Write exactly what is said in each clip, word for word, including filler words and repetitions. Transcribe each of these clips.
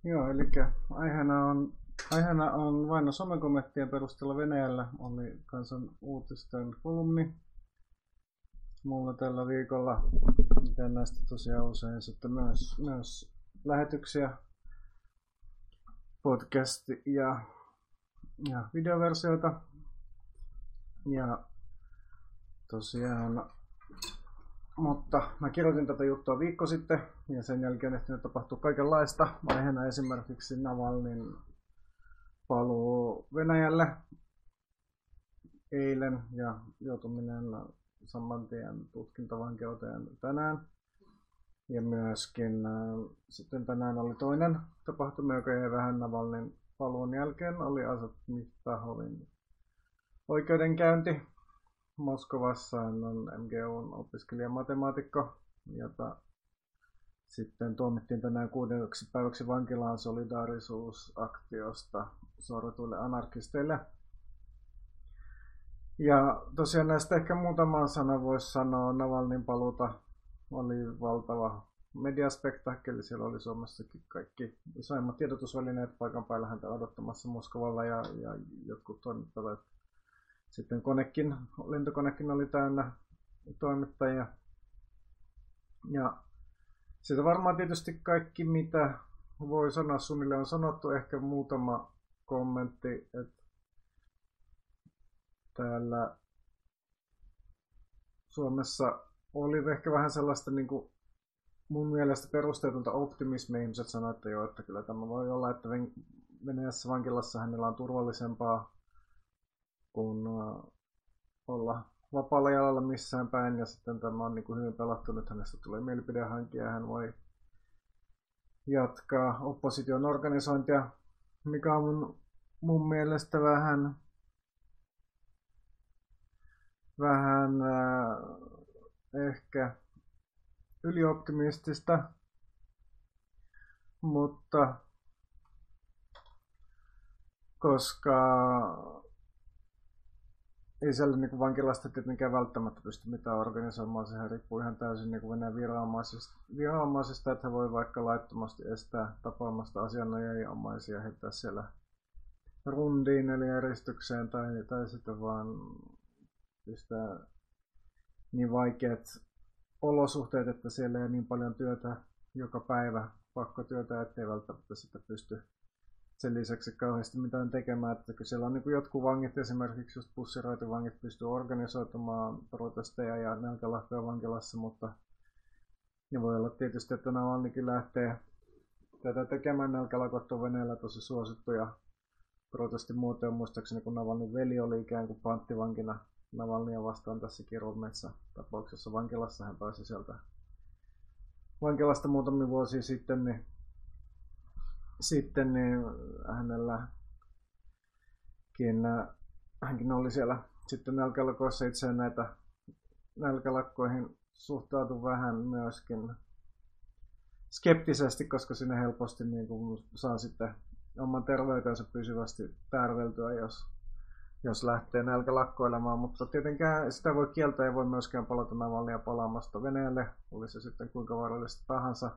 Joo, eli aiheena on, aiheena on vain somekommenttien perusteella Venäjällä oli Kansan uutisten kolumni mulla tällä viikolla. Teen näistä tosiaan usein sitten myös, myös lähetyksiä, podcast ja, ja videoversioita. Ja tosiaan, mutta mä kirjoitin tätä juttua viikko sitten ja sen jälkeen ehtinyt tapahtua kaikenlaista. Aiheena esimerkiksi Navalnin paluu Venäjälle eilen ja joutuminen saman tien tutkintavankeuteen tänään. Ja myöskin äh, sitten tänään oli toinen tapahtuma, joka jäi vähän Navalnin paluun jälkeen, oli Azat Miftahovin oikeudenkäynti Moskovassa. Hän on M G U:n opiskelija-matemaatikko, jota sitten tuomittiin tänään kuudeksi päiväksi vankilaan solidaarisuusaktiosta sorretuille anarkisteille. Ja tosiaan näistä ehkä muutaman sanan voisi sanoa. Navalnin paluuta oli valtava mediaspektaakkeli. Siellä oli Suomessakin kaikki isoimmat tiedotusvälineet paikan päällä häntä odottamassa Moskovalla ja, ja jotkut toimittajat. Sitten konekin, lentokonekin oli täynnä toimittajia. Ja siitä varmaan tietysti kaikki, mitä voi sanoa suunnilleen on sanottu. Ehkä muutama kommentti, että täällä Suomessa oli ehkä vähän sellaista niin kuin mun mielestä perusteetonta optimismia. Ihmiset sanoivat, että joo, että kyllä tämä voi olla, että Venäjässä vankilassa hänellä on turvallisempaa kuin olla vapaalla jalalla missään päin. Ja sitten tämä on niin kuin hyvin pelattu. Nyt hänestä tulee mielipidehanke ja hän voi jatkaa opposition organisointia, mikä on mun, mun mielestä vähän vähän äh, ehkä ylioptimistista, mutta koska ei siellä niin vankilasta tietenkään välttämättä pysty mitään organisoimaan, sehän riippuu ihan täysin niin Venäjän viranomaisista, viranomaisista, että he voi vaikka laittomasti estää tapaamasta asianajajia heittää siellä rundiin eli eristykseen tai, tai sitten vaan pistää niin vaikeat olosuhteet, että siellä ei niin paljon työtä joka päivä, pakkotyötä, ettei välttämättä sitä pysty sen lisäksi kauheasti mitään tekemään. Että kun siellä on niin jotkut vangit, esimerkiksi just bussiraitivangit, pystyy organisoitumaan protesteja ja nälkälahkoja vankilassa, mutta ja voi olla tietysti, että Navalnykin lähtee tätä tekemään. Nälkälakot on Venäjällä tosi suosittuja protestimuotoja. Muistaakseni kun Navalnyn veli oli ikään kuin panttivankina Navalnia vastaan tässä Kirolmetsä tapauksessa vankilassa. Hän pääsi sieltä vankilasta muutamia vuosia sitten, niin, sitten niin hänelläkin, hänkin oli siellä sitten nälkälakoissa. Itse näitä nälkälakkoihin suhtautui vähän myöskin skeptisesti, koska sinne helposti niin kuin saa sitten oman terveytensä pysyvästi tärveltyä, jos jos lähtee nälkälakkoilemaan, mutta tietenkään sitä voi kieltää ja voi myöskään palata Navalnia palaamasta Venäjälle, oli se sitten kuinka vaarallista tahansa.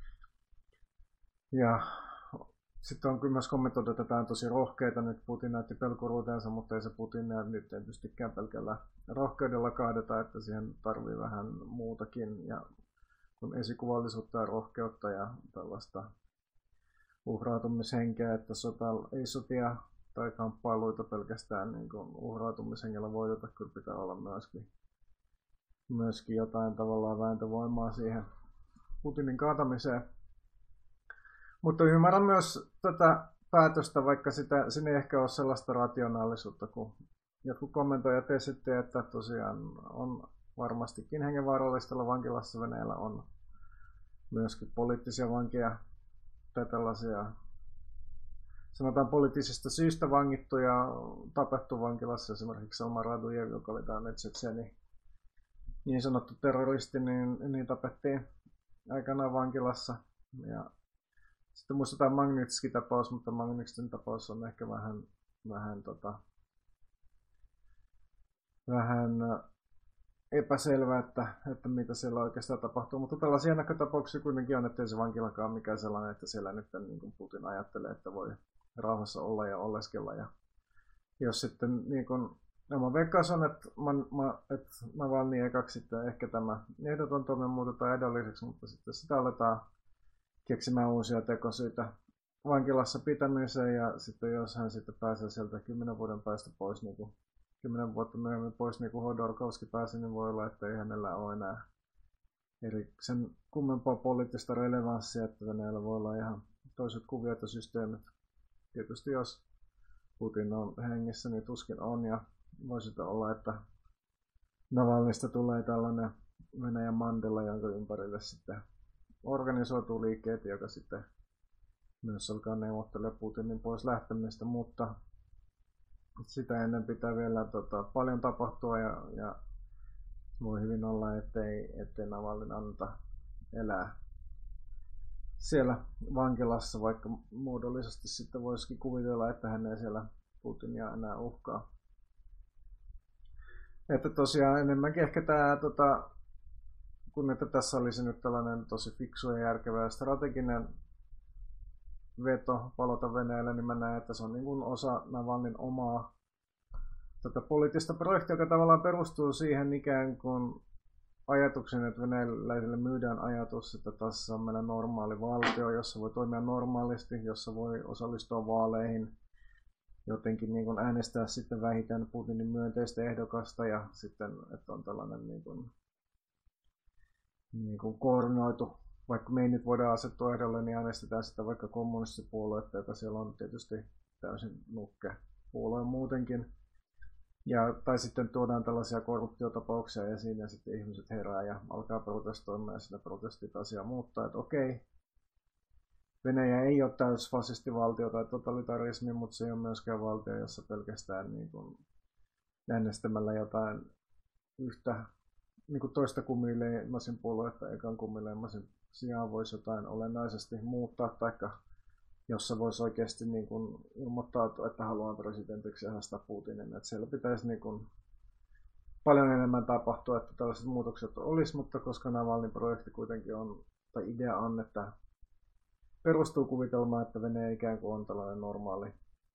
Ja sitten on kyllä myös kommentoitu, että tämä on tosi rohkeita. Nyt Putin näytti pelkuruutensa, mutta ei se Putin näy nyt tietystikään pelkällä rohkeudella kaadeta, että siihen tarvii vähän muutakin ja kun esikuvallisuutta ja rohkeutta ja tällaista uhrautumishenkeä, että sota ei sotia tai kamppailuita pelkästään niin kuin uhrautumishengellä voiteta, kyllä pitää olla myöskin, myöskin jotain tavallaan vääntövoimaa siihen Putinin kaatamiseen. Mutta ymmärrän myös tätä päätöstä, vaikka sitä, siinä ei ehkä ole sellaista rationaalisuutta, kun jotkut kommentoijat esitti, että tosiaan on varmastikin hengenvaarallista olla vankilassa. Venäjällä on myöskin poliittisia vankeja tai tällaisia sanotaan poliittisesta syystä vangittu ja tapettu vankilassa, esimerkiksi Salman Radujev, joka oli tämä Tsetseni niin sanottu terroristi, niin, niin tapettiin aikanaan vankilassa. Ja sitten muistetaan Magnitsky-tapaus, mutta Magnitskin tapaus on ehkä vähän, vähän, tota, vähän epäselvä, että, että mitä siellä oikeastaan tapahtuu. Mutta tällaisia ennakkotapauksia kuitenkin on, ettei se vankilakaan mikään sellainen, että siellä nyt niin kuin Putin ajattelee, että voi rauhassa olla ja oleskella. Ja jos sitten niin kuin, no mä veikkaus on, että, mä, mä, että Navalny ekaksi sitten ehkä tämä ehdoton toimen muutetaan edolliseksi, mutta sitten sitä aletaan keksimään uusia tekosyitä vankilassa pitämiseen, ja sitten jos hän sitten pääsee sieltä kymmenen vuoden päästä pois, niin kuin kymmenen vuotta myöhemmin pois, niin kuin Hodorkovski pääsi, niin voi olla, että ei hänellä ole enää eli sen kummempaa poliittista relevanssia, että Venäjällä voi olla ihan toiset kuviot ja systeemit. Tietysti jos Putin on hengissä, niin tuskin on, ja voisi olla, että Navalnysta tulee tällainen Venäjän Mandela, jonka ympärille sitten organisoituu liikkeet, joka sitten myös alkaa neuvottelemaan Putinin pois lähtemistä, mutta sitä ennen pitää vielä tota, paljon tapahtua, ja, ja voi hyvin olla, ettei, ettei Navalnyn anneta elää siellä vankilassa, vaikka muodollisesti sitten voisikin kuvitella, että hän ei siellä Putinia enää uhkaa. Että tosiaan enemmänkin ehkä tämä, tota, kun että tässä olisi nyt tällainen tosi fiksu ja järkevä ja strateginen veto palata Venäjälle, niin mä näen, että se on niin kuin osa Navalnyn omaa tätä poliittista projektia, joka tavallaan perustuu siihen ikään kuin ajatuksen, että venäläisille myydään ajatus, että tässä on meillä normaali valtio, jossa voi toimia normaalisti, jossa voi osallistua vaaleihin, jotenkin niin kuin äänestää sitten vähiten Putinin myönteistä ehdokasta, ja sitten, että on tällainen niin kuin, niin kuin koordinoitu, vaikka me ei nyt voida asettua ehdolle, niin äänestetään sitä vaikka kommunistipuoluetta, joka siellä on tietysti täysin nukke puolue muutenkin. Ja, tai sitten tuodaan tällaisia korruptiotapauksia esiin ja sitten ihmiset herää ja alkaa protestoimaan ja sitten protestit asiaa muuttaa, että okei, Venäjä ei ole täys fasistivaltio tai totalitarismi, mutta se ei ole myöskään valtio, jossa pelkästään niin kuin äänestämällä jotain yhtä niin kuin toista kumileimasin puoluetta ekan kumileimasin sijaan voisi jotain olennaisesti muuttaa, taikka jossa voisi oikeasti niin kuin ilmoittautua, että haluaa presidentiksi ja haastaa Putinin. Että siellä pitäisi niin kuin paljon enemmän tapahtua, että tällaiset muutokset olisi, mutta koska Navalnyn projekti kuitenkin on, tai idea on, että perustuu kuvitelmaan, että Venäjä ikään kuin on tällainen normaali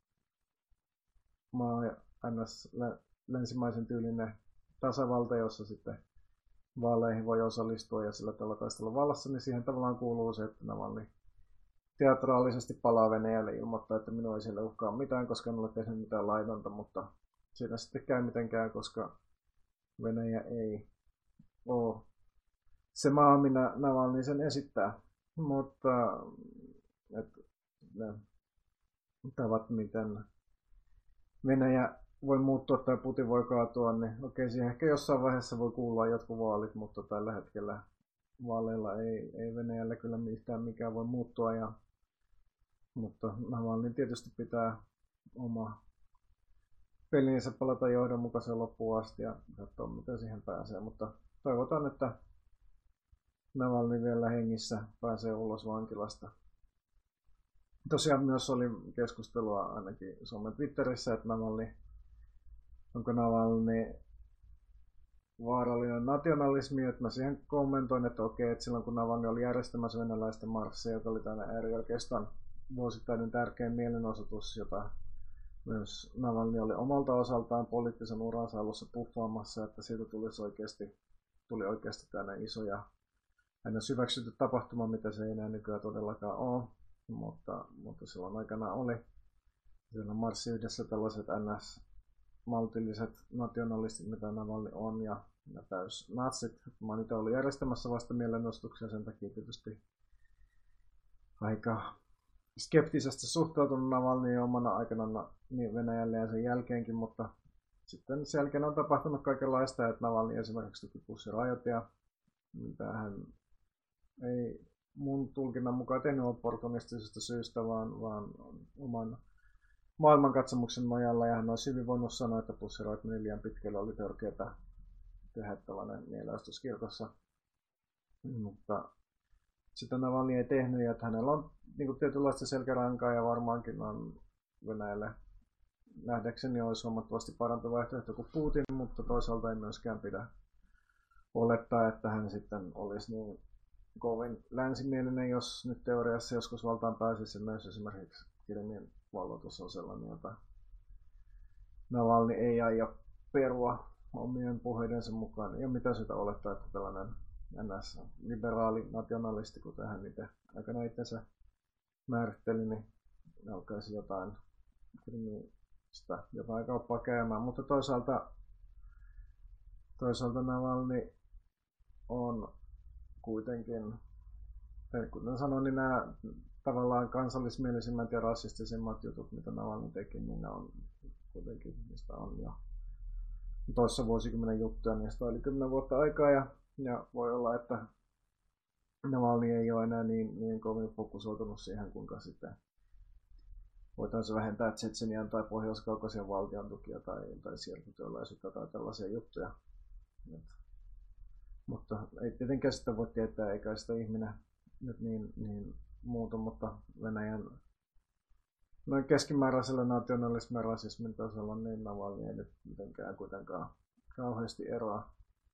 maa ja ns. Länsimaisen tyylinen tasavalta, jossa sitten vaaleihin voi osallistua ja sillä tavalla taistella vallassa, niin siihen tavallaan kuuluu se, että Navalny teatraalisesti palaa Venäjälle ilmoittaa, että minua ei siellä uhkaa mitään, koska en ole tehnyt mitään laitonta, mutta siinä sitten käy mitenkään, koska Venäjä ei ole se maa, minä Navalny sen esittää. Mutta et, ne tavat, miten Venäjä voi muuttua tai Putin voi kaatua, niin okei, siihen ehkä jossain vaiheessa voi kuulla jotkut vaalit, mutta tällä hetkellä vaaleilla ei, ei Venäjällä kyllä mitään mikään voi muuttua. Ja, mutta Navalny tietysti pitää oma pelinsä palata johdonmukaisen loppuun asti ja katsoa, miten siihen pääsee. Mutta toivotaan, että Navalny vielä hengissä pääsee ulos vankilasta. Tosiaan myös oli keskustelua ainakin Suomen Twitterissä, että Navalny, onko Navalny vaarallinen nationalismi, että mä siihen kommentoin, että okei, että silloin kun Navalny oli järjestämässä venäläisten marsseja, joka oli tänne äärioikeiston vuosittainen tärkein mielenosoitus, jota myös Navalny oli omalta osaltaan poliittisen uransa alussa puffaamassa, että siitä tulisi oikeasti, tuli oikeasti tänne iso ja aina hyväksytty tapahtuma, mitä se ei enää nykyään todellakaan ole, mutta, mutta silloin aikana oli. Siellä marssi yhdessä tällaiset ns-maltilliset nationalistit, mitä Navalny on, ja, ja täys natsit. Mä nyt ollut järjestämässä vasta mielenosoituksia, sen takia tietysti aika skeptisesti suhtautunut Navalnyin omana aikana niin Venäjälle ja sen jälkeenkin, mutta sitten sen jälkeen on tapahtunut kaikenlaista, että Navalny esimerkiksi teki pussirajoitia, mitä hän ei mun tulkinnan mukaan tehnyt opportunistisesta syystä, vaan, vaan oman maailmankatsomuksen nojalla, ja hän olisi hyvin voinut sanoa, että pussirajat meni liian pitkälle, oli törkeätä tehdä tällainen mielenosoitus kirkossa. Mutta sitä Navalny ei tehnyt, ja että hänellä on niin kuin tietynlaista selkärankaa, ja varmaankin on Venäjälle nähdäkseni olisi huomattavasti parempi vaihtoehto kuin Putin, mutta toisaalta ei myöskään pidä olettaa, että hän sitten olisi niin kovin länsimielinen, jos nyt teoriassa joskus valtaan pääsisi. Myös esimerkiksi Krimin valloitus on sellainen, jota Navalny ei aio perua omien puheidensa mukaan. Ja mitä sitä olettaa, että tällainen N S-liberaali nationalisti, kuten hän itse aikana itsensä määritteli, niin alkaisi jotain Krimistä jotain kauppaa käymään. Mutta toisaalta, toisaalta Navalny on kuitenkin, kuten sanoin, niin nämä tavallaan kansallismielisimmät ja rasistisimmat jutut, mitä Navalny teki, niin ne on kuitenkin, mistä on jo toissa vuosikymmenen juttuja, niistä oli kymmenen vuotta aikaa, ja, ja voi olla, että Navalny ei ole enää niin, niin kovin fokusoitunut siihen, kuinka sitten voitaisiin vähentää Tsetsenian tai Pohjois-Kaukasian valtion tukia tai, tai siirtotyöläisyyttä tai tällaisia juttuja. Et, mutta ei tietenkään sitä voi tietää, eikä sitä ihminen nyt niin, niin muuta, mutta Venäjän noin keskimääräisellä nationalismin ja rasismin tasolla niin Navalny ei nyt mitenkään kuitenkaan kauheasti eroa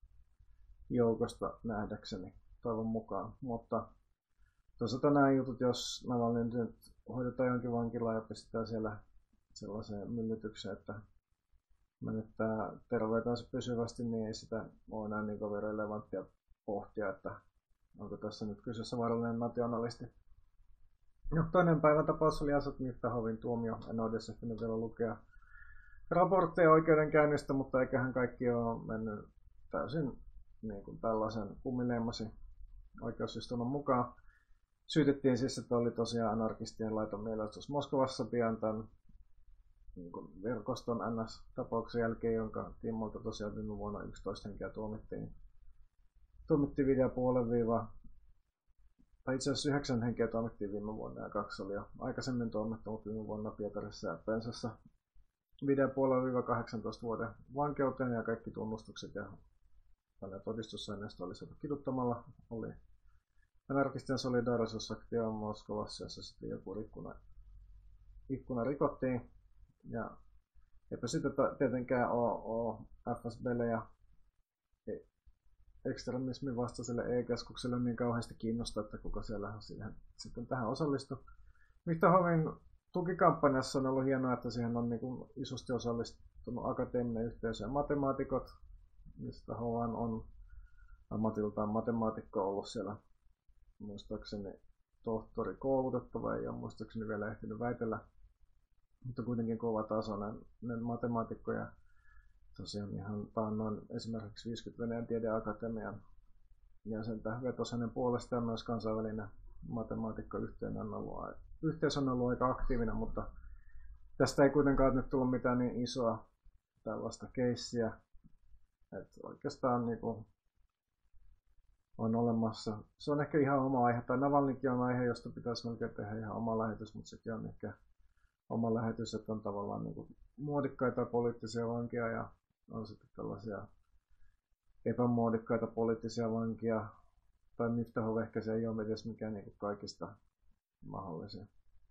joukosta nähdäkseni toivon mukaan. Mutta toisaalta nämä jutut, jos Navalny nyt hoidetaan jonkin vankilaan ja pistetään siellä sellaiseen myllytykseen, että menettää terveytensä pysyvästi, niin ei sitä ole enää niin kovin relevanttia pohtia, että onko tässä nyt kyseessä vaarallinen nationalisti. No, toinen päivän tapaus oli Asad Miftahovin tuomio. En ole edes ehtinyt vielä lukea raportteja oikeudenkäynnistä, mutta eiköhän kaikki ole mennyt täysin niin kuin tällaisen kumileimasi oikeusistunnon mukaan. Syytettiin siis, että oli tosiaan anarkistien laiton mielenosoitus Moskovassa pian tämän niin kuin verkoston N S-tapauksen jälkeen, jonka tiimoilta tosiaan viime vuonna yksitoista henkeä tuomittiin. Tuomittiin viiden puolen viiva, tai itse asiassa yhdeksän henkeä tuomittiin viime vuonna ja kaksi oli jo aikaisemmin tuomittu, mutta viime vuonna Pietarissa ja Pensassa viiden puolen viiva kahdeksantoista vuoden vankeuteen ja kaikki tunnustukset ja todistusaineisto oli saatu kiduttamalla. Oli anarkistien solidaarisuusaktio Moskovassa, jossa sitten joku ikkuna, ikkuna rikottiin. Ja eipä sitä tietenkään ole, ole F S B:lle ja ekstremismin vastaiselle E-keskukselle niin kauheasti kiinnostaa, että kuka siellä siihen, sitten tähän osallistui. Miftahovin tukikampanjassa on ollut hienoa, että siihen on niin kuin isosti osallistunut akateeminen yhteisö ja matemaatikot. Miftahovan on ammatiltaan matemaatikko ollut siellä, muistaakseni tohtori koulutettava, ei ole muistaakseni vielä ehtinyt väitellä, mutta kuitenkin kova tasoinen matemaatikko ja tosiaan ihan taannoin esimerkiksi viisikymmentä Venäjän tiedeakatemian jäsentä vetosi hänen puolestaan myös kansainvälinen matemaatikko-yhteisö on ollut aika aktiivinen, mutta tästä ei kuitenkaan nyt tullut mitään niin isoa tällaista keissiä, että oikeastaan niin kuin on olemassa. Se on ehkä ihan oma aihe, tai Navalnykin on aihe, josta pitäisi melkein tehdä ihan oma lähetys, mutta sekin on ehkä oma lähetys, että on tavallaan niin kuin muodikkaita poliittisia vankia ja on sitten tällaisia epämuodikkaita poliittisia vankia. Tai Miftahov ehkä se ei ole edes mikään niin kuin kaikista mahdollisia.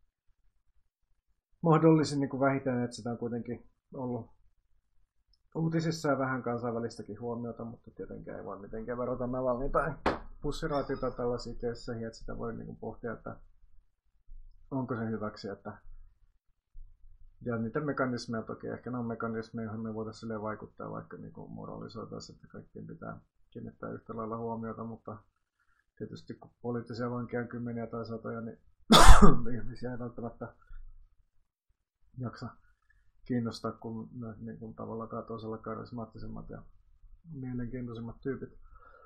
Mahdollisin niin kuin vähiten, että sitä on kuitenkin ollut uutisissa ja vähän kansainvälistäkin huomiota, mutta tietenkään ei voi mitenkään verrata Navalny tai Pussiraatia tai tällaisia keisseihin, että sitä voi niin kuin pohtia, että onko se hyväksi, että ja niitä mekanismeja toki, ehkä ne on mekanismeja, joihin me voitaisiin silleen vaikuttaa, vaikka niin kuin moralisoitaisiin, että kaikkien pitää kiinnittää yhtä lailla huomiota, mutta tietysti kun poliittisia vankia on kymmeniä tai satoja, niin ihmisiä ei välttämättä jaksa kiinnostaa, kun myös niin kuin tavallaan toisella karismaattisemmat ja mielenkiintoisimmat tyypit.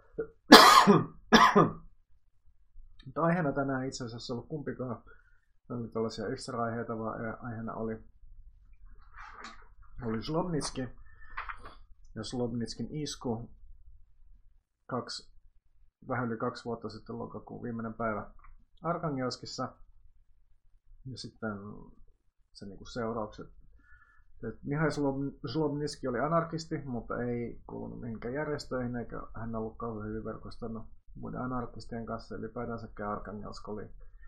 Mutta aiheena tänään itse asiassa ollut kumpikaan. Oli tällaisia extra-aiheita, vaan aiheena oli, oli Zlobnitski ja Zlobnitskin isku kaksi, vähän yli kaksi vuotta sitten lokakuun viimeinen päivä Arkangelskissa. Ja sitten se niinku seuraukset. Mihail Zlobnitski oli anarkisti, mutta ei kuulunut mihinkään järjestöihin, eikä hän ollut kauhean hyvin verkostanut muiden anarkistien kanssa. Ylipäätänsäkään Arkangelsk oli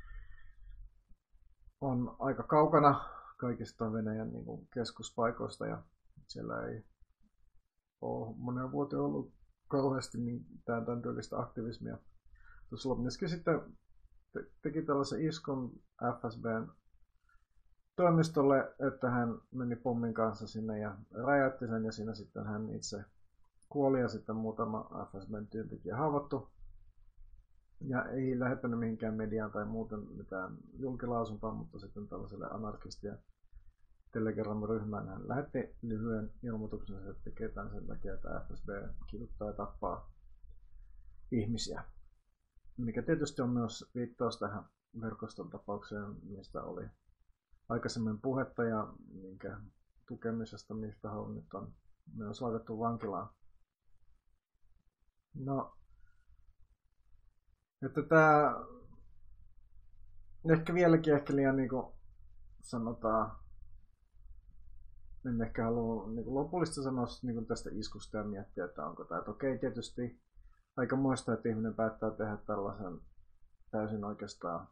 on aika kaukana kaikista Venäjän niin kuin keskuspaikoista ja siellä ei ole monen vuoteen ollut kauheasti mitään tämän tyylistä aktivismia. Slobnitski sitten te- teki tällaisen iskun F S B:n toimistolle, että hän meni pommin kanssa sinne ja räjäytti sen, ja siinä sitten hän itse kuoli ja sitten muutama F S B:n työntekijä haavoittui. Ja ei lähettänyt mihinkään mediaan tai muuten mitään julkilausuntaa, mutta sitten tällaiselle anarkisti- ja Telegram-ryhmään hän lähetti lyhyen ilmoituksen, että tekee tämän sen takia, että F S B kiduttaa ja tappaa ihmisiä. Mikä tietysti on myös viittaus tähän verkoston tapaukseen, mistä oli aikaisemmin puhetta ja minkä tukemisesta, mistä hän nyt on myös laitettu vankilaan. No, että tämä ehkä vieläkin ehkä liian niin kuin sanotaan, en ehkä halua niin lopullista sanoa niin tästä iskusta ja miettiä, että onko tämä, että okei, tietysti aika muista, että ihminen päättää tehdä tällaisen täysin oikeastaan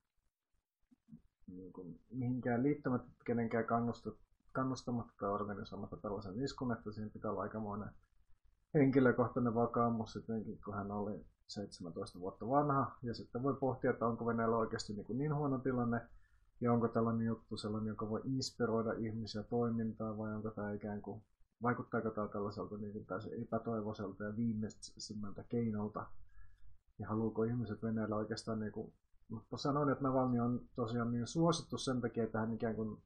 niin kuin mihinkään liittymättä, kenenkään kannustamatta tai organisoimatta tällaisen iskun, että siinä pitää olla aikamoinen henkilökohtainen vakaumus, etenkin kun hän oli seitsemäntoista vuotta vanha, ja sitten voi pohtia, että onko Venäjällä oikeasti niin, kuin niin huono tilanne, ja onko tällainen juttu sellainen, joka voi inspiroida ihmisiä toimintaa, vai onko tämä ikään kuin, vaikuttaako tämä tällaiselta niin kuin täysin epätoivoiselta ja viimeisimmältä keinolta, ja haluuko ihmiset Venäjällä oikeastaan, niin kuin, mutta sanoin, että Navalny on tosiaan niin suosittu sen takia, että hän ikään kuin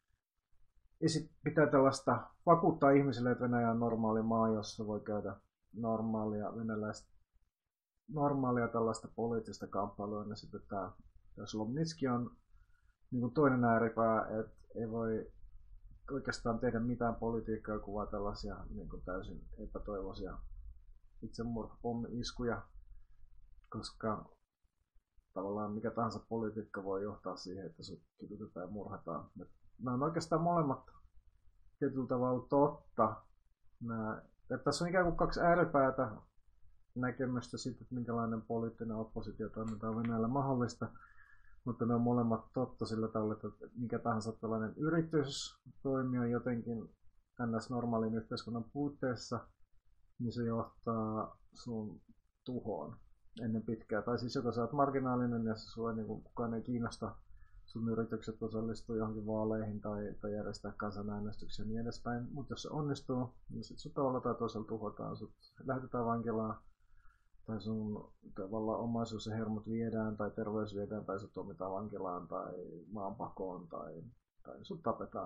pitää tällaista vakuuttaa ihmisille, että Venäjä on normaali maa, jossa voi käydä normaalia venäläistä, normaalia tällaista poliittista kamppailua, ja sitten tämä Slobnitski on niin kuin toinen ääripää, että ei voi oikeastaan tehdä mitään politiikkaa, kuvaa tällaisia niin kuin täysin epätoivoisia itsemurhapommi-iskuja, koska tavallaan mikä tahansa politiikka voi johtaa siihen, että sut kidutetaan ja murhataan. Nämä on oikeastaan molemmat tietyllä tavalla totta. Nämä, että tässä on ikään kuin kaksi ääripäätä näkemystä siitä, että minkälainen poliittinen oppositiotoiminta on Venäjällä mahdollista, mutta ne on molemmat totta sillä tavalla, että mikä tahansa tällainen yritys toimia jotenkin ns. Normaalin yhteiskunnan puutteessa, niin se johtaa sun tuhoon ennen pitkää. Tai siis joko sä oot marginaalinen ja sua niin kuin kukaan ei kiinnosta sun yritykset osallistuu johonkin vaaleihin tai, tai järjestää kansanäänestyksiä ja niin edespäin. Mutta jos se onnistuu, niin sit sut tavalla tai toisella tuhotaan, sut lähetetään vankilaan, tai sun tavallaan omaisuus ja hermot viedään, tai terveys viedään, tai sut tuomitaan vankilaan, tai maanpakoon, tai, tai sut tapetaan.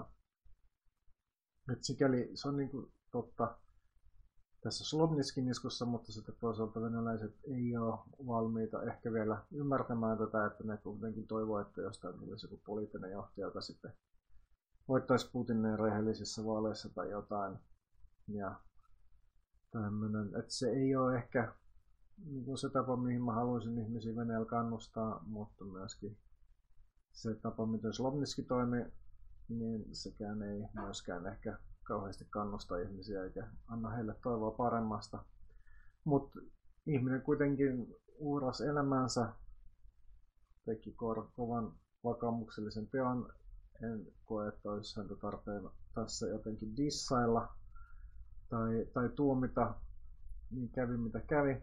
Et sikäli se on niinku totta tässä Slobnitskin iskussa, mutta sitten toisaalta venäläiset ei ole valmiita ehkä vielä ymmärtämään tätä, että ne kuitenkin toivoo, että jostain tulisi joku poliittinen johtaja, joka sitten voittaisi Putinin rehellisissä vaaleissa tai jotain. Ja tämmönen, että se ei ole ehkä niin se tapa, mihin mä haluaisin ihmisiä Venäjällä kannustaa, mutta myöskin se tapa, miten Slobnitski toimi, niin sekään ei myöskään ehkä kauheasti kannusta ihmisiä eikä anna heille toivoa paremmasta. Mutta ihminen kuitenkin uhrasi elämänsä, teki kovan vakaumuksellisen teon. En koe, että olisi häntä tarpeen tässä jotenkin dissailla tai, tai tuomita, niin kävi mitä kävi.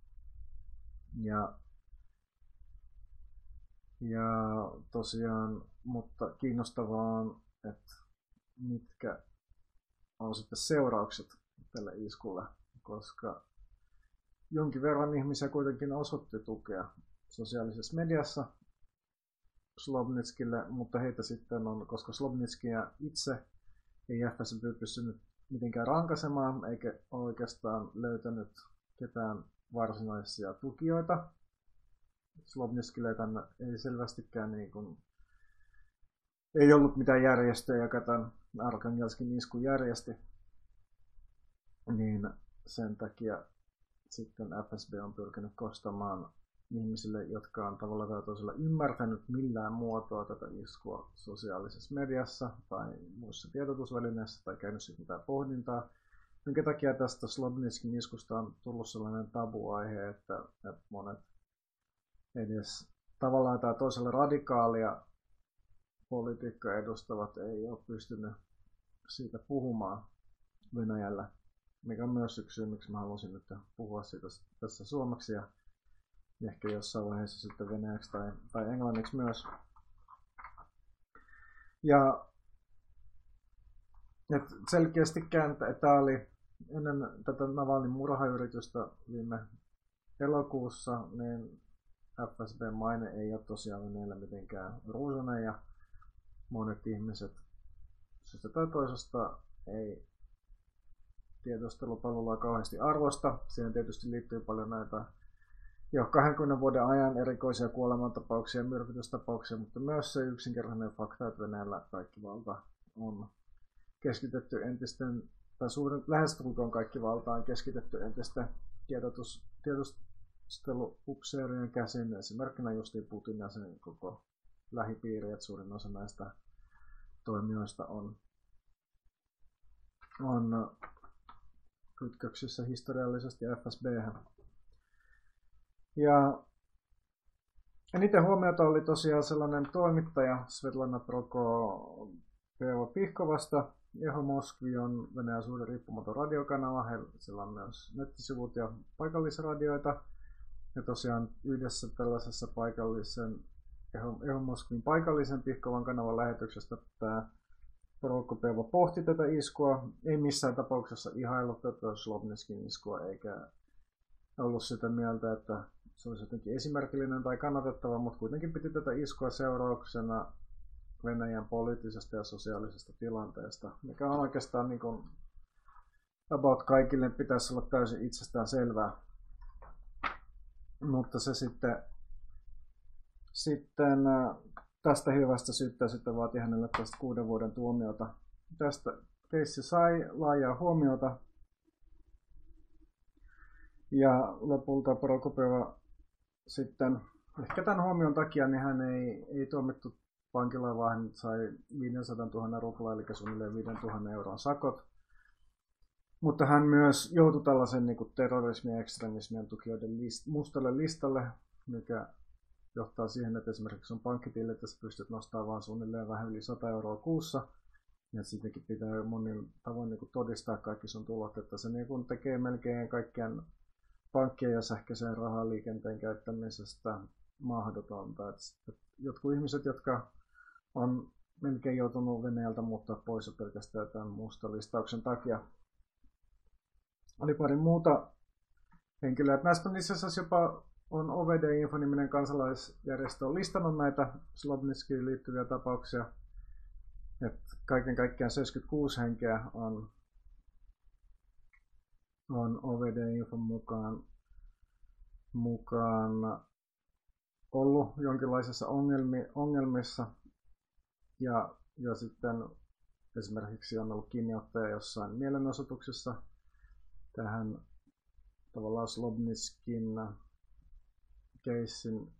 Ja, ja tosiaan, mutta kiinnostavaa on, että mitkä on sitten seuraukset tälle iskulle, koska jonkin verran ihmisiä kuitenkin osoitti tukea sosiaalisessa mediassa Slobnitskille, mutta heitä sitten on, koska Slobnitskia itse ei F S B pystynyt mitenkään rankaisemaan, eikä oikeastaan löytänyt ketään varsinaisia tukijoita. Slobnitskille tänne ei selvästikään niin kuin, ei ollut mitään järjestöä, joka tämän Arkangelskin iskun järjesti. Niin sen takia sitten F S B on pyrkinyt kostamaan ihmisille, jotka on tavallaan tai toisella ymmärtänyt millään muotoa tätä iskua sosiaalisessa mediassa tai muissa tiedotusvälineissä tai käynyt sitten mitään pohdintaa. Minkä takia tästä Slobnitskin iskusta on tullut sellainen tabuaihe, että, että monet edes tavallaan tämä toisella radikaalia politiikkaa edustavat ei ole pystynyt siitä puhumaan Venäjällä. mikä on myös yksi syy, miksi mä halusin nyt puhua siitä tässä suomeksi ja ehkä jossain vaiheessa sitten venäjäksi tai, tai englanniksi myös. Ja et selkeästikään, että tämä oli ennen tätä Navalnin murhayritystä viime elokuussa, niin F S B:n maine ei ole tosiaan Venäjällä mitenkään ruusuinen ja monet ihmiset syystä tai toisesta ei tiedustelupalvelua kauheasti arvosta. Siihen tietysti liittyy paljon näitä jo kahdenkymmenen vuoden ajan erikoisia kuolemantapauksia ja myrkytystapauksia, mutta myös se yksinkertainen fakta, että Venäjällä kaikki valta on keskitetty entisten, tai suurin, lähestulkoon kaikki valta on keskitetty entisten tiedotus, tiedusteluupseerien käsin, esimerkkinä justiin Putin ja sen koko lähipiiri, että suurin osa näistä toimijoista on, on kytköksissä historiallisesti F S B:hän. Ja eniten huomiota oli tosiaan sellainen toimittaja Svetlana Prokopjeva-Pihkovasta. Eho Moskvi on Venäjän suuri riippumaton radiokanava. Sillä on myös nettisivut ja paikallisradioita. Ja tosiaan yhdessä tällaisessa paikallisen Eho, Eho Moskvin paikallisen Pihkovan kanavan lähetyksestä tämä Prokopjeva pohti tätä iskua. Ei missään tapauksessa ihaillut tätä Slobniskin iskua eikä ollut sitä mieltä, että se olisi jotenkin esimerkillinen tai kannatettava, mutta kuitenkin piti tätä iskua seurauksena Venäjän poliittisesta ja sosiaalisesta tilanteesta, mikä on oikeastaan niin kuin about kaikille pitäisi olla täysin itsestään selvää. Mutta se sitten, sitten tästä hyvästä syyttä sitten vaati hänelle tästä kuuden vuoden tuomiota. Tästä keissi sai laajaa huomiota. Ja lopulta Prokopjeva sitten, ehkä tämän huomion takia, niin hän ei, ei tuomittu vankilaan, vaan hän sai viisisataa ruplaa, eli suunnilleen viisituhatta euron sakot. Mutta hän myös joutui tällaisen niin kuin terrorismin ja ekstremismien tukijoiden list, mustalle listalle, mikä johtaa siihen, että esimerkiksi on pankkitili, että sä pystyt nostamaan vaan suunnilleen vähän yli sata euroa kuussa. Ja siitäkin pitää monin tavoin niin kuin todistaa kaikki sun tulot, että se niin kuin tekee melkein kaikkien pankkien ja sähköisen rahaliikenteen käyttämisestä mahdotonta. Et jotkut ihmiset, jotka on melkein joutunut Venäjältä muuttaa pois pelkästään tämän mustan listauksen takia. Oli pari muuta henkilöä. Näistä on itse asiassa jopa on O V D-info-niminen kansalaisjärjestö on listannut näitä Slobniskiin liittyviä tapauksia. Et kaiken kaikkiaan seitsemänkymmentäkuusi henkeä on on O V D-infon mukaan, mukaan ollut jonkinlaisessa ongelmi, ongelmissa ja, ja sitten esimerkiksi on ollut kiinniottaja jossain mielenosoituksessa tähän tavallaan Slobniskin keissin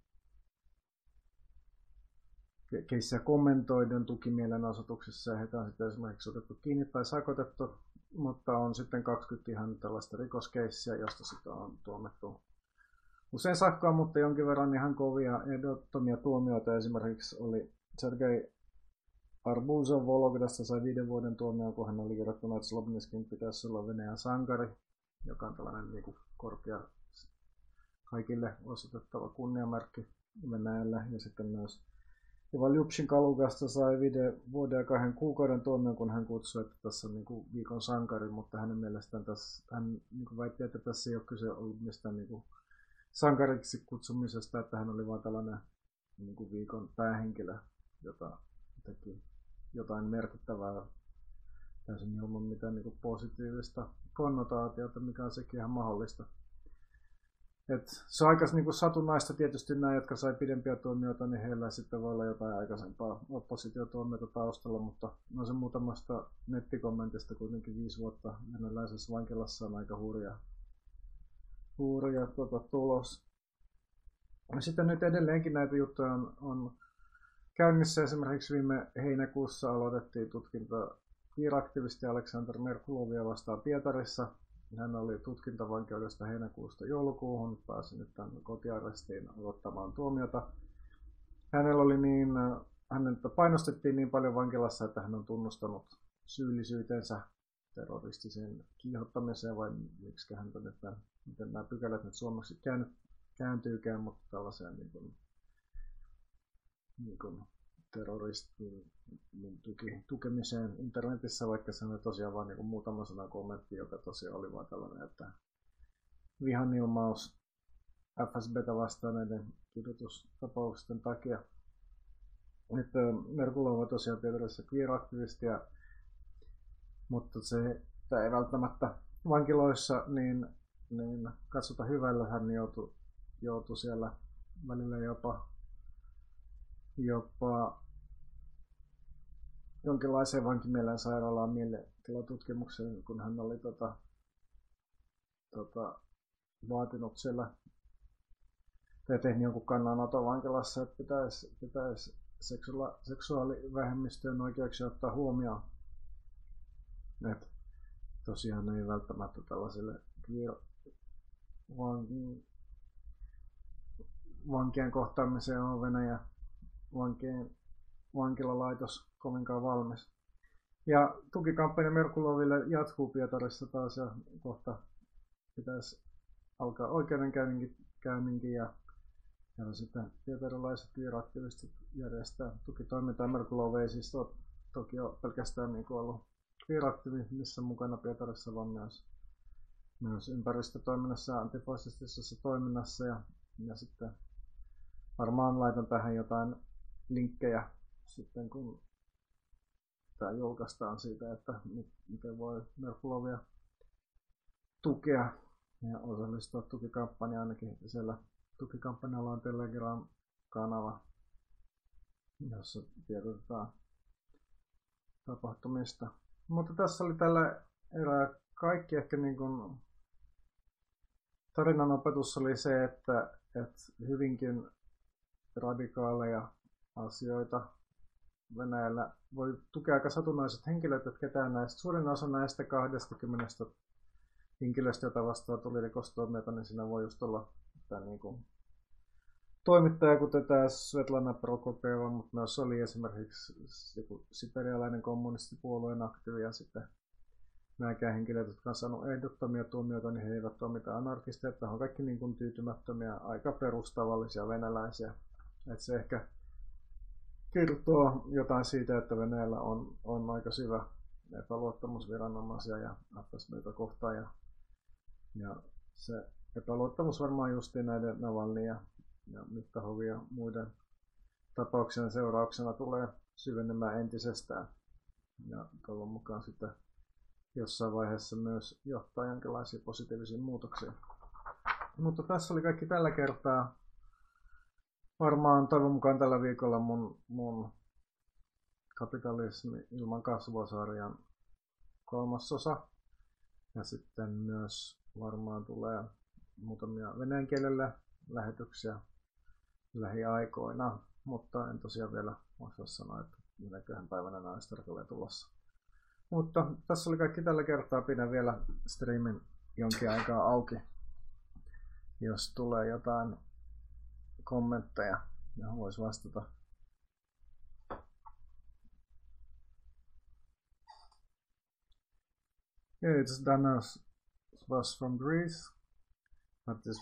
keissiä kommentoiden tukimielenosoituksessa ja heitä on sitten esimerkiksi otettu kiinni tai sakotettu, mutta on sitten kaksikymmentä ihan tällaista rikoskeissiä, josta sitten on tuomittu usein sakkoa, mutta jonkin verran ihan kovia ehdottomia tuomioita. Esimerkiksi oli Sergei Arbuzov Vologdassa sai viiden vuoden tuomioon, kun hän oli kirjoittanut, että Slobniskin pitäisi olla Venäjän sankari, joka on tällainen niin kuin korkea kaikille osoitettava kunniamerkki Venäjällä. Ja sitten myös Ivan Lyupshin Kalugasta sai viiden vuoden ja kahden kuukauden tuomion, kun hän kutsui, että tässä on niin kuin viikon sankari, mutta hänen mielestään tässä, hän niin kuin väitti, että tässä ei ole kyse ollut mistään niin kuin sankariksi kutsumisesta, että hän oli vain tällainen niin kuin viikon päähenkilö, jota teki jotain merkittävää täysin ilman mitään niin kuin positiivista konnotaatiota, mikä on sekin ihan mahdollista. Et se on aika niin satunnaista tietysti nämä, jotka sai pidempiä tuomioita, niin heillä sitten voi olla jotain aikaisempaa oppositiotuomiota taustalla, mutta no se muutamasta nettikommentista kuitenkin viisi vuotta venäläisessä vankilassa on aika hurja, hurja tuota, tulos. Ja sitten nyt edelleenkin näitä juttuja on, on käynnissä. Esimerkiksi viime heinäkuussa aloitettiin tutkinta Iir-aktivisti Aleksandr Merkulovia vastaan Pietarissa. Hän oli tutkintavankeudesta heinäkuusta joulukuuhun, pääsi nyt tämän kotiarestiin odottamaan tuomiota. Hänellä oli niin, häneltä painostettiin niin paljon vankilassa, että hän on tunnustanut syyllisyytensä terroristiseen kiihottamiseen, vai miksi häntä nyt, miten nämä pykälät nyt suomeksi kääntyykään, mutta tällaiseen niin kuin, niin kuin terroristin tuki, tukemiseen internetissä, vaikka se on tosiaan vain niin muutama sana kommentti, joka tosiaan oli vain tällainen, että vihan ilmaus F S B:tä vastaan näiden kidutustapausten takia. Että Merkulova tosiaan tietysti queer-aktivisti, mutta se tämä ei välttämättä vankiloissa niin, niin katsota hyvällä, hän joutui, joutui siellä välillä jopa jopa jonkinlaiseen vankimielen sairaalaan mielentilatutkimukseen, kun hän oli tota, tota, vaatinut siellä tai tehnyt jonkun kannanoton vankilassa, että pitäisi, pitäisi seksua- seksuaalivähemmistöjen oikeuksia ottaa huomioon. Et tosiaan ei välttämättä tällaisille vankien kohtaamiseen on Venäjä vankien vankilalaitos kovinkaan valmis. Ja tukikampanja Merkuloville jatkuu Pietarissa taas ja kohta pitäisi alkaa oikeudenkäynninkin ja, ja sitten pietarilaiset queer-aktivistit järjestää tukitoimintaa. Merkulova ei siis to, toki ole pelkästään niin ollut queer-aktivismissa mukana Pietarissa, vaan myös, myös ympäristötoiminnassa ja antifasistisessa toiminnassa ja, ja sitten varmaan laitan tähän jotain linkkejä sitten kun tämä julkaistaan siitä, että miten voi Merkulovia tukea ja osallistua tukikampanjaan. Ainakin siellä tukikampanjalla on Telegram-kanava, jossa tiedotetaan tapahtumista. Mutta tässä oli tällä erää kaikki. Ehkä niin kuin tarinan opetus oli se, että, että hyvinkin radikaaleja asioita Venäjällä voi tukea aika satunnaiset henkilöt, että ketään näistä, suurin osa näistä kaksikymmentä henkilöistä, joita vastaan tuli rikostoimijoita, niin siinä voi just olla tämä niin kuin toimittaja, kuten tämä Svetlana Prokopeva, mutta myös oli esimerkiksi joku siperialainen kommunistipuolueen aktiivi ja sitten nämäkään henkilöt, jotka on saanut ehdottomia tuomioita, niin he eivät ole mitään anarkisteja, että on kaikki niin kuin tyytymättömiä, aika perustavallisia venäläisiä. Että se ehkä kertoo jotain siitä, että Venäjällä on, on aika syvä epäluottamusviranomaisia ja F S B:tä kohtaan. Ja, ja se epäluottamus varmaan justiin näiden Navalny ja, ja Mittahovin ja muiden tapauksien seurauksena tulee syvenemään entisestään. Ja toivon mukaan sitten jossain vaiheessa myös johtaa jonkinlaisia positiivisia muutoksia. Mutta tässä oli kaikki tällä kertaa. Varmaan toivon mukaan tällä viikolla mun, mun kapitalismi ilman kasvua-sarjan kolmas osa. Ja sitten myös varmaan tulee muutamia venäjän kielellä lähetyksiä lähiaikoina. Mutta en tosiaan vielä osaa sanoa, että minäköhän päivänä näistä tarkalleen tulossa. Mutta tässä oli kaikki tällä kertaa. Pidän vielä streamin jonkin aikaa auki. Jos tulee jotain kommentteja, johon voisi vastata. Yeah, it's Danos was from Greece, but this